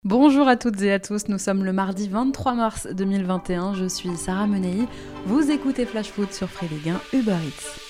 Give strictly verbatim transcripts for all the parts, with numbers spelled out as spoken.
Bonjour à toutes et à tous, nous sommes le mardi vingt-trois mars deux mille vingt et un, je suis Sarah Menei, vous écoutez Flash Foot sur Free Ligue un Uber Eats.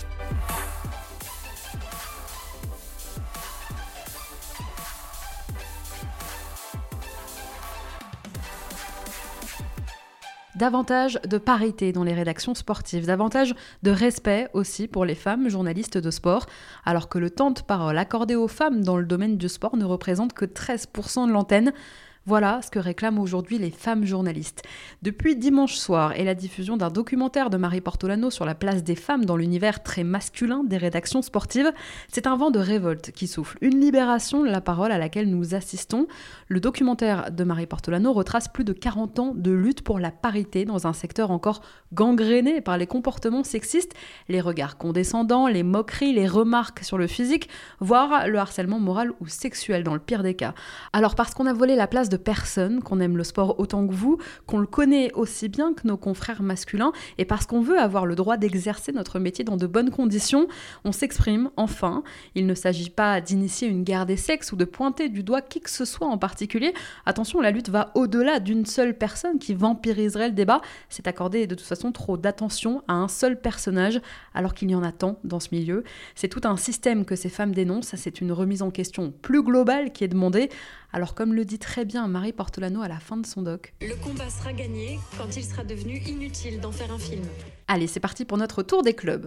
Davantage de parité dans les rédactions sportives, davantage de respect aussi pour les femmes journalistes de sport, alors que le temps de parole accordé aux femmes dans le domaine du sport ne représente que treize pour cent de l'antenne. Voilà ce que réclament aujourd'hui les femmes journalistes. Depuis dimanche soir et la diffusion d'un documentaire de Marie Portolano sur la place des femmes dans l'univers très masculin des rédactions sportives, c'est un vent de révolte qui souffle, une libération de la parole à laquelle nous assistons. Le documentaire de Marie Portolano retrace plus de quarante ans de lutte pour la parité dans un secteur encore gangréné par les comportements sexistes, les regards condescendants, les moqueries, les remarques sur le physique, voire le harcèlement moral ou sexuel dans le pire des cas. Alors parce qu'on a volé la place de personne, qu'on aime le sport autant que vous, qu'on le connaît aussi bien que nos confrères masculins, et parce qu'on veut avoir le droit d'exercer notre métier dans de bonnes conditions, on s'exprime enfin. Il ne s'agit pas d'initier une guerre des sexes ou de pointer du doigt qui que ce soit en particulier. Attention, la lutte va au-delà d'une seule personne qui vampiriserait le débat. C'est accorder de toute façon trop d'attention à un seul personnage, alors qu'il y en a tant dans ce milieu. C'est tout un système que ces femmes dénoncent, c'est une remise en question plus globale qui est demandée. Alors comme le dit très bien Marie Portolano à la fin de son doc. Le combat sera gagné quand il sera devenu inutile d'en faire un film. Allez, c'est parti pour notre tour des clubs.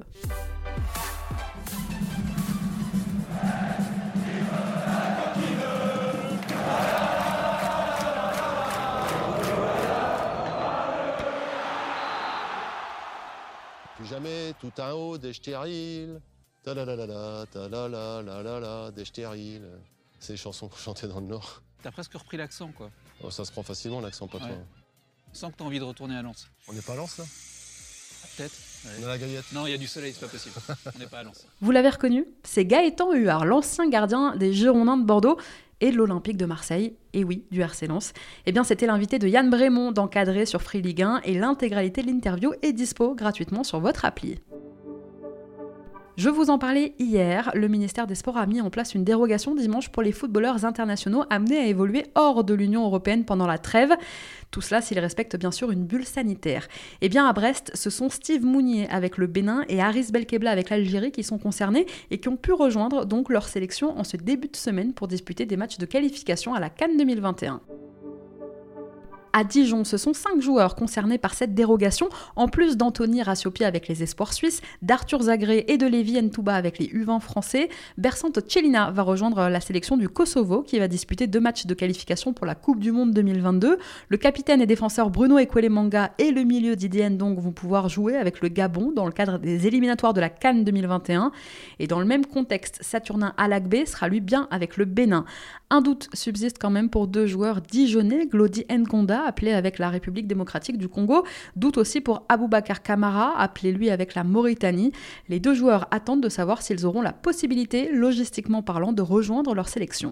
Plus jamais tout un haut des stériles. Ta la la la la, ta la la la la la, des stériles. C'est les chansons qu'on chantait dans le Nord. T'as presque repris l'accent, quoi. Oh, ça se prend facilement, l'accent, pas Ouais. toi. Sans que t'as envie de retourner à Lens. On n'est pas à Lens, là Peut-être. On Ouais. est à la Gaillette. Non, il y a du soleil, c'est pas possible. On n'est pas à Lens. Vous l'avez reconnu ? C'est Gaëtan Huard, l'ancien gardien des Girondins de Bordeaux et de l'Olympique de Marseille, et oui, du R C Lens. Eh bien, c'était l'invité de Yann Brémond d'Encadré sur Free Ligue un, et l'intégralité de l'interview est dispo gratuitement sur votre appli. Je vous en parlais hier, le ministère des Sports a mis en place une dérogation dimanche pour les footballeurs internationaux amenés à évoluer hors de l'Union européenne pendant la trêve. Tout cela s'ils respectent bien sûr une bulle sanitaire. Eh bien à Brest, ce sont Steve Mounier avec le Bénin et Haris Belkebla avec l'Algérie qui sont concernés et qui ont pu rejoindre donc leur sélection en ce début de semaine pour disputer des matchs de qualification à la CAN deux mille vingt et un. À Dijon, ce sont cinq joueurs concernés par cette dérogation, en plus d'Anthony Rassiopi avec les espoirs suisses, d'Arthur Zagré et de Lévi Ntouba avec les U vingt français. Bersante Tchelina va rejoindre la sélection du Kosovo qui va disputer deux matchs de qualification pour la Coupe du Monde deux mille vingt-deux. Le capitaine et défenseur Bruno Ekwelemanga et le milieu Didier Ndong vont pouvoir jouer avec le Gabon dans le cadre des éliminatoires de la CAN deux mille vingt et un. Et dans le même contexte, Saturnin Alagbe sera lui bien avec le Bénin. Un doute subsiste quand même pour deux joueurs dijonnais, Glody Ngonda, appelé avec la République démocratique du Congo, doute aussi pour Aboubacar Kamara, appelé lui avec la Mauritanie. Les deux joueurs attendent de savoir s'ils auront la possibilité, logistiquement parlant, de rejoindre leur sélection.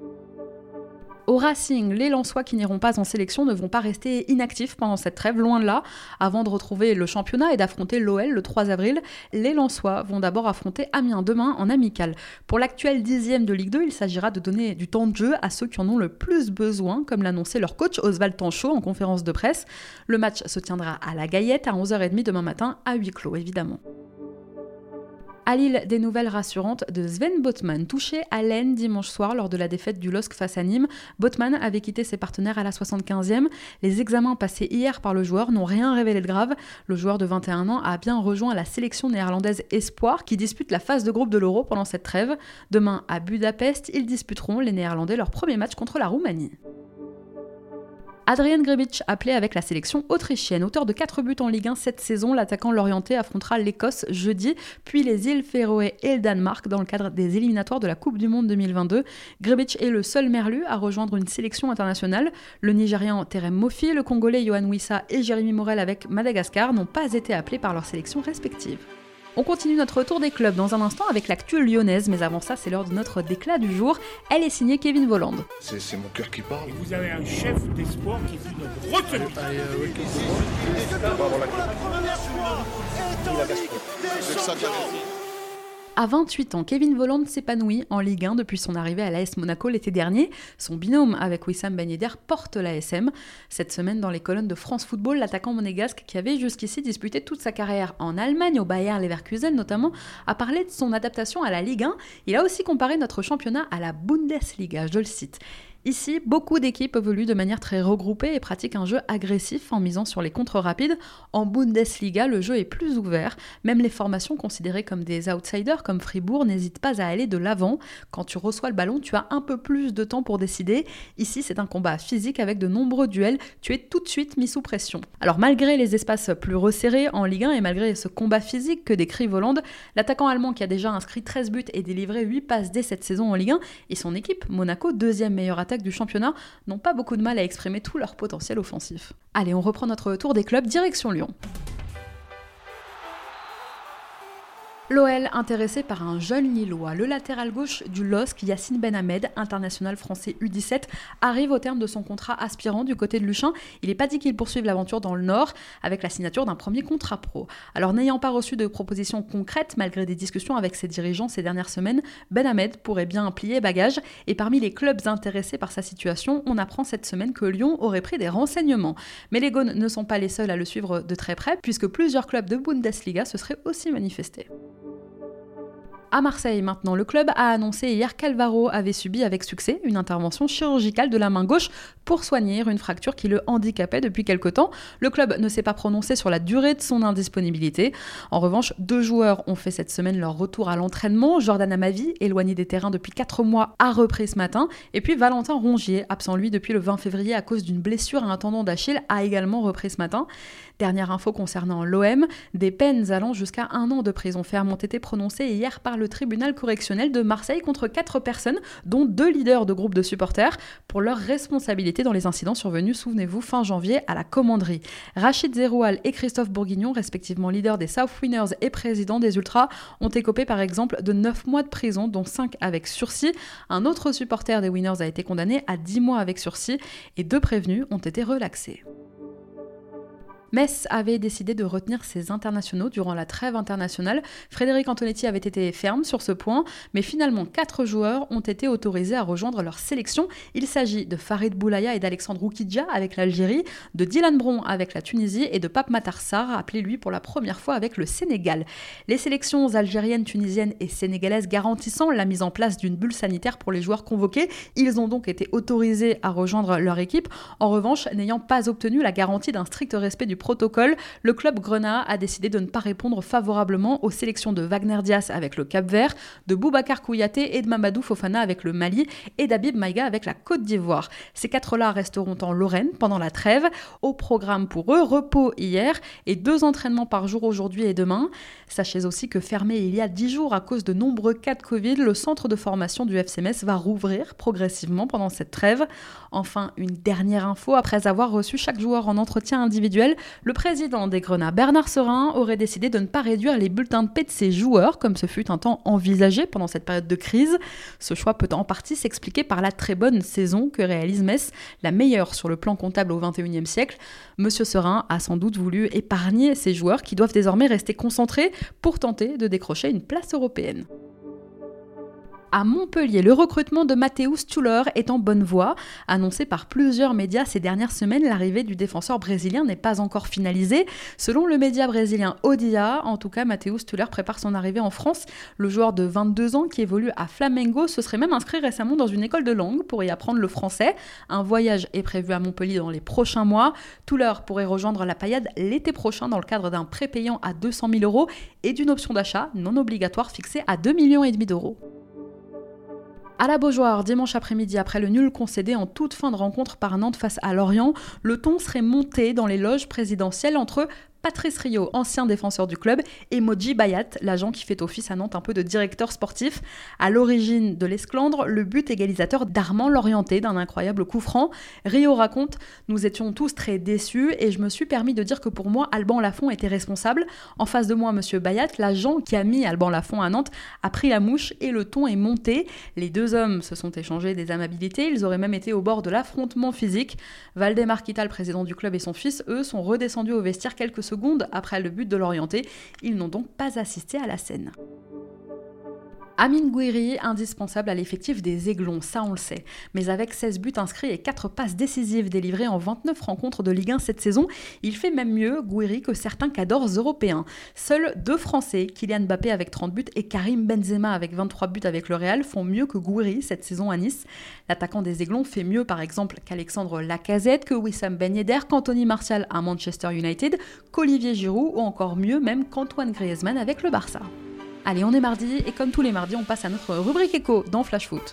Au Racing, les Lensois qui n'iront pas en sélection ne vont pas rester inactifs pendant cette trêve, loin de là. Avant de retrouver le championnat et d'affronter l'O L le trois avril, les Lensois vont d'abord affronter Amiens demain en amical. Pour l'actuel dixième de Ligue deux, il s'agira de donner du temps de jeu à ceux qui en ont le plus besoin, comme l'annonçait leur coach Oswald Tanchot en conférence de presse. Le match se tiendra à la Gaillette à onze heures trente demain matin, à huis clos évidemment. À Lille, des nouvelles rassurantes de Sven Botman, touché à l'aine dimanche soir lors de la défaite du L O S C face à Nîmes. Botman avait quitté ses partenaires à la soixante-quinzième. Les examens passés hier par le joueur n'ont rien révélé de grave. Le joueur de vingt et un ans a bien rejoint la sélection néerlandaise Espoir qui dispute la phase de groupe de l'Euro pendant cette trêve. Demain, à Budapest, ils disputeront, les Néerlandais, leur premier match contre la Roumanie. Adrian Grbić, appelé avec la sélection autrichienne. Auteur de quatre buts en Ligue un cette saison, l'attaquant lorientais affrontera l'Écosse jeudi, puis les îles Féroé et le Danemark dans le cadre des éliminatoires de la Coupe du Monde deux mille vingt-deux. Grbić est le seul merlu à rejoindre une sélection internationale. Le Nigérian Terem Moffi, le Congolais Yohan Wissa et Jérémy Morel avec Madagascar n'ont pas été appelés par leurs sélections respectives. On continue notre tour des clubs dans un instant avec l'actu lyonnaise, mais avant ça, c'est l'heure de notre déclat du jour. Elle est signée Kevin Volland. C'est, c'est mon cœur qui parle. Et vous avez un chef d'espoir qui dit notre retenue. Allez, euh, oui. À vingt-huit ans, Kevin Volland s'épanouit en Ligue un depuis son arrivée à l'A S Monaco l'été dernier. Son binôme avec Wissam Ben Yedder porte l'A S M. Cette semaine, dans les colonnes de France Football, l'attaquant monégasque, qui avait jusqu'ici disputé toute sa carrière en Allemagne, au Bayer Leverkusen notamment, a parlé de son adaptation à la Ligue un. Il a aussi comparé notre championnat à la Bundesliga, je le cite. Ici, beaucoup d'équipes évoluent de manière très regroupée et pratiquent un jeu agressif en misant sur les contres rapides. En Bundesliga, le jeu est plus ouvert. Même les formations considérées comme des outsiders, comme Fribourg, n'hésitent pas à aller de l'avant. Quand tu reçois le ballon, tu as un peu plus de temps pour décider. Ici, c'est un combat physique avec de nombreux duels. Tu es tout de suite mis sous pression. Alors, malgré les espaces plus resserrés en Ligue un et malgré ce combat physique que décrit Volland, l'attaquant allemand qui a déjà inscrit treize buts et délivré huit passes dès cette saison en Ligue un, et son équipe, Monaco, deuxième meilleure attaque du championnat, n'ont pas beaucoup de mal à exprimer tout leur potentiel offensif. Allez, on reprend notre tour des clubs, direction Lyon. L'O L intéressé par un jeune Lillois, le latéral gauche du L O S C, Yacine Ben Hamed, international français U dix-sept, arrive au terme de son contrat aspirant du côté de Luchin. Il n'est pas dit qu'il poursuive l'aventure dans le Nord avec la signature d'un premier contrat pro. Alors n'ayant pas reçu de propositions concrètes malgré des discussions avec ses dirigeants ces dernières semaines, Ben Hamed pourrait bien plier bagage et parmi les clubs intéressés par sa situation, on apprend cette semaine que Lyon aurait pris des renseignements. Mais les Gaunes ne sont pas les seuls à le suivre de très près puisque plusieurs clubs de Bundesliga se seraient aussi manifestés. À Marseille maintenant, le club a annoncé hier qu'Alvaro avait subi avec succès une intervention chirurgicale de la main gauche pour soigner une fracture qui le handicapait depuis quelque temps. Le club ne s'est pas prononcé sur la durée de son indisponibilité. En revanche, deux joueurs ont fait cette semaine leur retour à l'entraînement. Jordan Amavi, éloigné des terrains depuis quatre mois, a repris ce matin. Et puis Valentin Rongier, absent lui depuis le vingt février à cause d'une blessure à un tendon d'Achille, a également repris ce matin. Dernière info concernant l'O M, des peines allant jusqu'à un an de prison ferme ont été prononcées hier par le tribunal correctionnel de Marseille contre quatre personnes, dont deux leaders de groupes de supporters, pour leur responsabilité dans les incidents survenus, souvenez-vous, fin janvier à la Commanderie. Rachid Zeroual et Christophe Bourguignon, respectivement leaders des South Winners et président des Ultras, ont écopé par exemple de neuf mois de prison, dont cinq avec sursis. Un autre supporter des Winners a été condamné à dix mois avec sursis et deux prévenus ont été relaxés. Metz avait décidé de retenir ses internationaux durant la trêve internationale. Frédéric Antonetti avait été ferme sur ce point, mais finalement quatre joueurs ont été autorisés à rejoindre leur sélection. Il s'agit de Farid Boulaya et d'Alexandre Oukidja avec l'Algérie, de Dylan Bron avec la Tunisie et de Pape Matar Sarr, appelé lui pour la première fois avec le Sénégal. Les sélections algériennes, tunisiennes et sénégalaises garantissant la mise en place d'une bulle sanitaire pour les joueurs convoqués, ils ont donc été autorisés à rejoindre leur équipe. En revanche, n'ayant pas obtenu la garantie d'un strict respect du protocole, le club grenat a décidé de ne pas répondre favorablement aux sélections de Wagner Diaz avec le Cap-Vert, de Boubacar Kouyaté et de Mamadou Fofana avec le Mali et d'Habib Maïga avec la Côte d'Ivoire. Ces quatre-là resteront en Lorraine pendant la trêve. Au programme pour eux, repos hier et deux entraînements par jour aujourd'hui et demain. Sachez aussi que fermé il y a dix jours à cause de nombreux cas de Covid, le centre de formation du F C Metz va rouvrir progressivement pendant cette trêve. Enfin, une dernière info, après avoir reçu chaque joueur en entretien individuel, le président des Grenats, Bernard Serin, aurait décidé de ne pas réduire les bulletins de paie de ses joueurs, comme ce fut un temps envisagé pendant cette période de crise. Ce choix peut en partie s'expliquer par la très bonne saison que réalise Metz, la meilleure sur le plan comptable au vingt et unième siècle. Monsieur Serin a sans doute voulu épargner ses joueurs qui doivent désormais rester concentrés pour tenter de décrocher une place européenne. À Montpellier, le recrutement de Mateusz Tuller est en bonne voie. Annoncé par plusieurs médias ces dernières semaines, l'arrivée du défenseur brésilien n'est pas encore finalisée. Selon le média brésilien Odia, en tout cas, Mateusz Tuller prépare son arrivée en France. Le joueur de vingt-deux ans qui évolue à Flamengo se serait même inscrit récemment dans une école de langue pour y apprendre le français. Un voyage est prévu à Montpellier dans les prochains mois. Tuller pourrait rejoindre la Paillade l'été prochain dans le cadre d'un prêt payant à deux cent mille euros et d'une option d'achat non obligatoire fixée à deux virgule cinq millions d'euros. À la Beaujoire, dimanche après-midi, après le nul concédé en toute fin de rencontre par Nantes face à Lorient, le ton serait monté dans les loges présidentielles entre Patrice Riot, ancien défenseur du club, et Modji Bayat, l'agent qui fait office à Nantes un peu de directeur sportif. À l'origine de l'esclandre, le but égalisateur d'Armand Lorienté d'un incroyable coup franc. Riot raconte « Nous étions tous très déçus et je me suis permis de dire que pour moi, Alban Lafont était responsable. En face de moi, monsieur Bayat, l'agent qui a mis Alban Lafont à Nantes, a pris la mouche et le ton est monté. Les deux hommes se sont échangés des amabilités, ils auraient même été au bord de l'affrontement physique. Valdemar Kita, le président du club, et son fils, eux, sont redescendus au vestiaire quelques secondes après le but de Lorienté. Ils n'ont donc pas assisté à la scène. Amine Gouiri, indispensable à l'effectif des Aiglons, ça on le sait. Mais avec seize buts inscrits et quatre passes décisives délivrées en vingt-neuf rencontres de Ligue un cette saison, il fait même mieux, Gouiri, que certains cadors européens. Seuls deux Français, Kylian Mbappé avec trente buts et Karim Benzema avec vingt-trois buts avec le Real, font mieux que Gouiri cette saison à Nice. L'attaquant des Aiglons fait mieux par exemple qu'Alexandre Lacazette, que Wissam Ben Yedder, qu'Anthony Martial à Manchester United, qu'Olivier Giroud ou encore mieux même qu'Antoine Griezmann avec le Barça. Allez, on est mardi et comme tous les mardis, on passe à notre rubrique écho dans Flash Foot.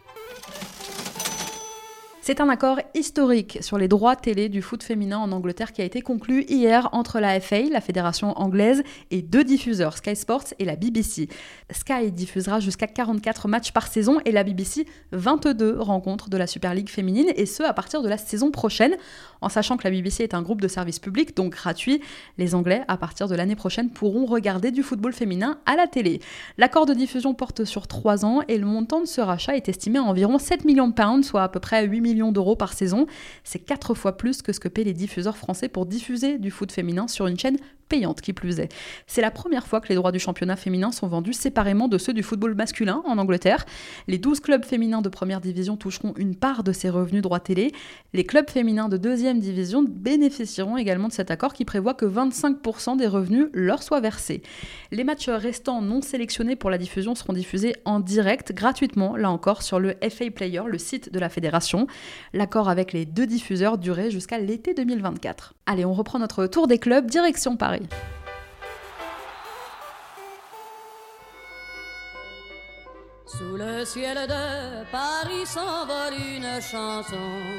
C'est un accord historique sur les droits télé du foot féminin en Angleterre qui a été conclu hier entre la F A, la fédération anglaise, et deux diffuseurs, Sky Sports et la B B C. Sky diffusera jusqu'à quarante-quatre matchs par saison et la B B C vingt-deux rencontres de la Super League féminine, et ce à partir de la saison prochaine. En sachant que la B B C est un groupe de service public, donc gratuit, les Anglais, à partir de l'année prochaine, pourront regarder du football féminin à la télé. L'accord de diffusion porte sur trois ans et le montant de ce rachat est estimé à environ sept millions de pounds, soit à peu près huit millions d'euros par saison. C'est quatre fois plus que ce que paient les diffuseurs français pour diffuser du foot féminin sur une chaîne payante qui plus est. C'est la première fois que les droits du championnat féminin sont vendus séparément de ceux du football masculin en Angleterre. Les douze clubs féminins de première division toucheront une part de ces revenus droits télé. Les clubs féminins de deuxième division bénéficieront également de cet accord qui prévoit que vingt-cinq pour cent des revenus leur soient versés. Les matchs restants non sélectionnés pour la diffusion seront diffusés en direct, gratuitement, là encore, sur le F A Player, le site de la fédération. L'accord avec les deux diffuseurs durait jusqu'à l'été deux mille vingt-quatre. Allez, on reprend notre tour des clubs, direction Paris. Sous le ciel de Paris s'envole une chanson.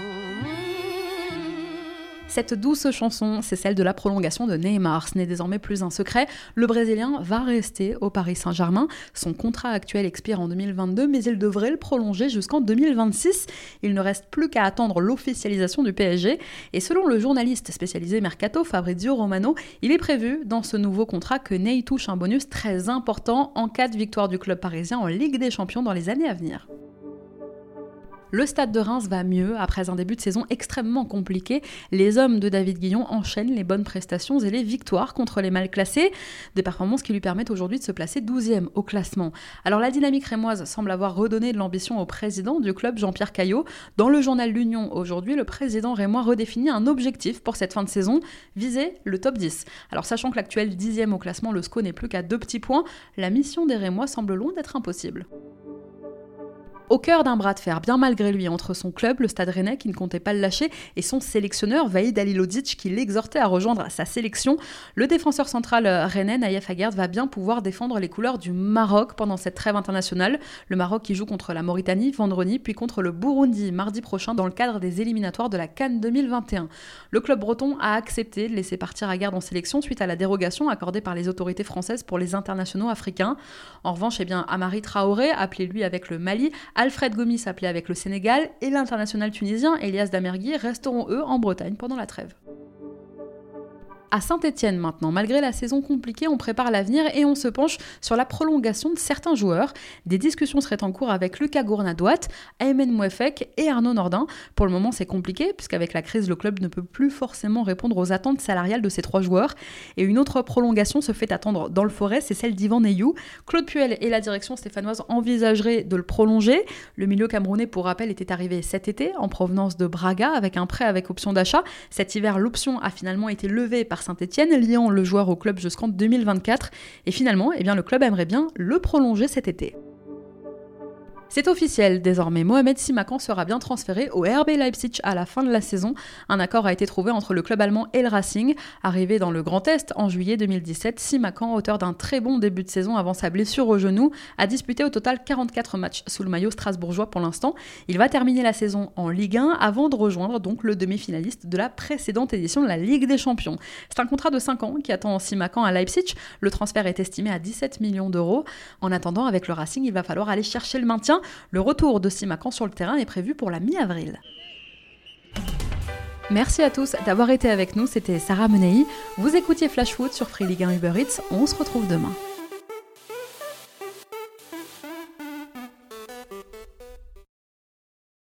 Cette douce chanson, c'est celle de la prolongation de Neymar. Ce n'est désormais plus un secret. Le Brésilien va rester au Paris Saint-Germain. Son contrat actuel expire en deux mille vingt-deux, mais il devrait le prolonger jusqu'en deux mille vingt-six. Il ne reste plus qu'à attendre l'officialisation du P S G. Et selon le journaliste spécialisé Mercato, Fabrizio Romano, il est prévu dans ce nouveau contrat que Ney touche un bonus très important en cas de victoire du club parisien en Ligue des Champions dans les années à venir. Le Stade de Reims va mieux après un début de saison extrêmement compliqué. Les hommes de David Guillon enchaînent les bonnes prestations et les victoires contre les mal classés, des performances qui lui permettent aujourd'hui de se placer douzième au classement. Alors la dynamique rémoise semble avoir redonné de l'ambition au président du club, Jean-Pierre Caillot. Dans le journal L'Union aujourd'hui, le président rémois redéfinit un objectif pour cette fin de saison, viser le top dix. Alors sachant que l'actuel dixième au classement, le S C O n'est plus qu'à deux petits points, la mission des Rémois semble loin d'être impossible. Au cœur d'un bras de fer, bien malgré lui, entre son club, le Stade Rennais, qui ne comptait pas le lâcher, et son sélectionneur, Vahid Halilhodžić, qui l'exhortait à rejoindre sa sélection, le défenseur central rennais, Naïef Aguerd, va bien pouvoir défendre les couleurs du Maroc pendant cette trêve internationale. Le Maroc qui joue contre la Mauritanie vendredi, puis contre le Burundi mardi prochain dans le cadre des éliminatoires de la CAN deux mille vingt et un. Le club breton a accepté de laisser partir Aguerd en sélection suite à la dérogation accordée par les autorités françaises pour les internationaux africains. En revanche, eh bien, Amari Traoré, appelé lui avec le Mali, Alfred Gomis appelé avec le Sénégal et l'international tunisien Elias Damergui resteront eux en Bretagne pendant la trêve. À Saint-Etienne maintenant, malgré la saison compliquée, on prépare l'avenir et on se penche sur la prolongation de certains joueurs. Des discussions seraient en cours avec Lucas Gournadoat, Aymen Mouefek et Arnaud Nordin. Pour le moment, c'est compliqué, puisqu'avec la crise, le club ne peut plus forcément répondre aux attentes salariales de ces trois joueurs. Et une autre prolongation se fait attendre dans le Forêt, c'est celle d'Yvan Neyou. Claude Puel et la direction stéphanoise envisageraient de le prolonger. Le milieu camerounais, pour rappel, était arrivé cet été en provenance de Braga avec un prêt avec option d'achat. Cet hiver, l'option a finalement été levée par Saint-Etienne, liant le joueur au club jusqu'en deux mille vingt-quatre. Et finalement, eh bien, le club aimerait bien le prolonger cet été. C'est officiel, désormais Mohamed Simakan sera bien transféré au R B Leipzig à la fin de la saison. Un accord a été trouvé entre le club allemand et le Racing. Arrivé dans le Grand Est en juillet deux mille dix-sept, Simakan, auteur d'un très bon début de saison avant sa blessure au genou, a disputé au total quarante-quatre matchs sous le maillot strasbourgeois pour l'instant. Il va terminer la saison en Ligue un avant de rejoindre donc le demi-finaliste de la précédente édition de la Ligue des Champions. C'est un contrat de cinq ans qui attend Simakan à Leipzig. Le transfert est estimé à dix-sept millions d'euros. En attendant, avec le Racing, il va falloir aller chercher le maintien. Le retour de Simakan sur le terrain est prévu pour la mi-avril. Merci à tous d'avoir été avec nous, c'était Sarah Menei. Vous écoutiez Flash Foot sur Free Ligue un Uber Eats, on se retrouve demain.